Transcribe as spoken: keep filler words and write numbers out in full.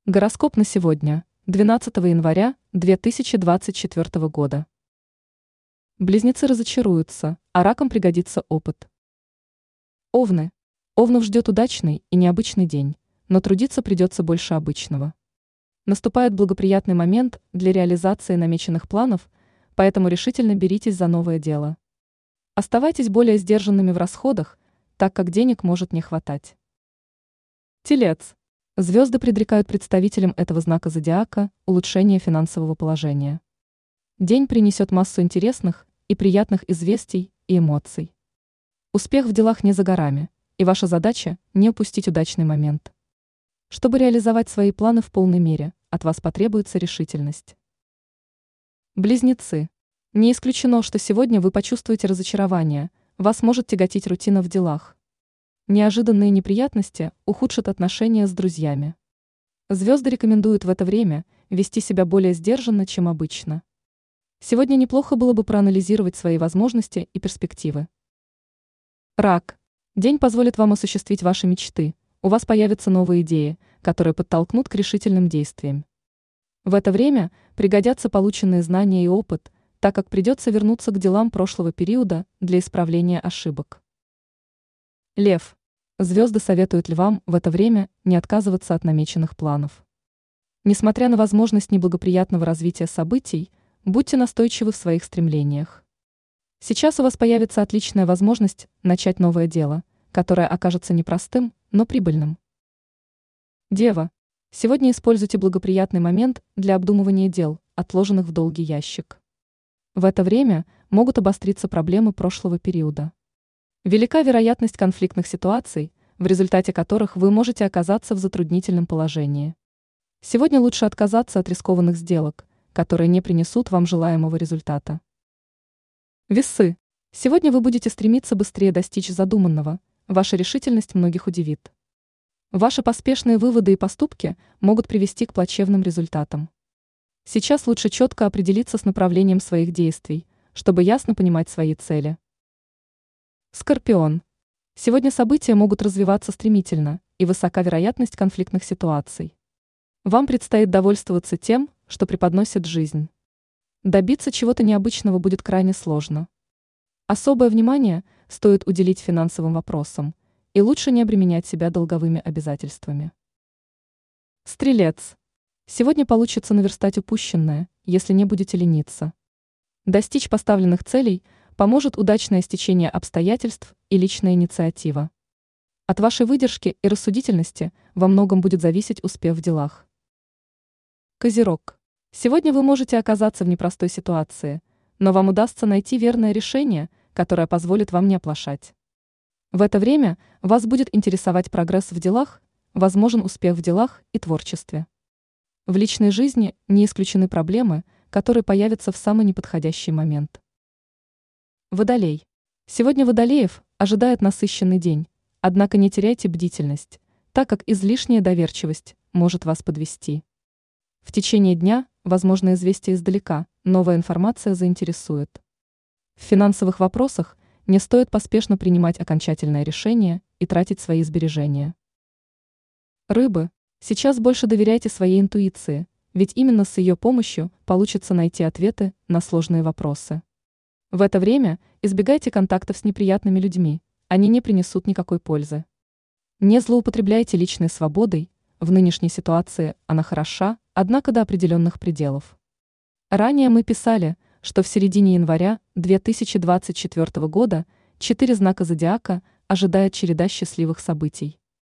Гороскоп на сегодня, двенадцатого января две тысячи двадцать четвёртого года. Близнецы разочаруются, а ракам пригодится опыт. Овны. Овнов ждет удачный и необычный день, но трудиться придется больше обычного. Наступает благоприятный момент для реализации намеченных планов, поэтому решительно беритесь за новое дело. Оставайтесь более сдержанными в расходах, так как денег может не хватать. Телец. Звезды предрекают представителям этого знака зодиака улучшение финансового положения. День принесет массу интересных и приятных известий и эмоций. Успех в делах не за горами, и ваша задача – не упустить удачный момент. Чтобы реализовать свои планы в полной мере, от вас потребуется решительность. Близнецы. Не исключено, что сегодня вы почувствуете разочарование, вас может тяготить рутина в делах. Неожиданные неприятности ухудшат отношения с друзьями. Звезды рекомендуют в это время вести себя более сдержанно, чем обычно. Сегодня неплохо было бы проанализировать свои возможности и перспективы. Рак. День позволит вам осуществить ваши мечты, у вас появятся новые идеи, которые подтолкнут к решительным действиям. В это время пригодятся полученные знания и опыт, так как придется вернуться к делам прошлого периода для исправления ошибок. Лев. Звезды советуют львам в это время не отказываться от намеченных планов. Несмотря на возможность неблагоприятного развития событий, будьте настойчивы в своих стремлениях. Сейчас у вас появится отличная возможность начать новое дело, которое окажется непростым, но прибыльным. Дева. Сегодня используйте благоприятный момент для обдумывания дел, отложенных в долгий ящик. В это время могут обостриться проблемы прошлого периода. Велика вероятность конфликтных ситуаций, в результате которых вы можете оказаться в затруднительном положении. Сегодня лучше отказаться от рискованных сделок, которые не принесут вам желаемого результата. Весы. Сегодня вы будете стремиться быстрее достичь задуманного, ваша решительность многих удивит. Ваши поспешные выводы и поступки могут привести к плачевным результатам. Сейчас лучше четко определиться с направлением своих действий, чтобы ясно понимать свои цели. Скорпион. Сегодня события могут развиваться стремительно, и высока вероятность конфликтных ситуаций. Вам предстоит довольствоваться тем, что преподносит жизнь. Добиться чего-то необычного будет крайне сложно. Особое внимание стоит уделить финансовым вопросам, и лучше не обременять себя долговыми обязательствами. Стрелец. Сегодня получится наверстать упущенное, если не будете лениться. Достичь поставленных целей поможет удачное стечение обстоятельств и личная инициатива. От вашей выдержки и рассудительности во многом будет зависеть успех в делах. Козерог. Сегодня вы можете оказаться в непростой ситуации, но вам удастся найти верное решение, которое позволит вам не оплошать. В это время вас будет интересовать прогресс в делах, возможен успех в делах и творчестве. В личной жизни не исключены проблемы, которые появятся в самый неподходящий момент. Водолей. Сегодня водолеев ожидает насыщенный день, однако не теряйте бдительность, так как излишняя доверчивость может вас подвести. В течение дня, возможно, известие издалека, новая информация заинтересует. В финансовых вопросах не стоит поспешно принимать окончательное решение и тратить свои сбережения. Рыбы. Сейчас больше доверяйте своей интуиции, ведь именно с ее помощью получится найти ответы на сложные вопросы. В это время избегайте контактов с неприятными людьми, они не принесут никакой пользы. Не злоупотребляйте личной свободой, в нынешней ситуации она хороша, однако до определенных пределов. Ранее мы писали, что в середине января две тысячи двадцать четвёртого года четыре знака зодиака ожидает череда счастливых событий.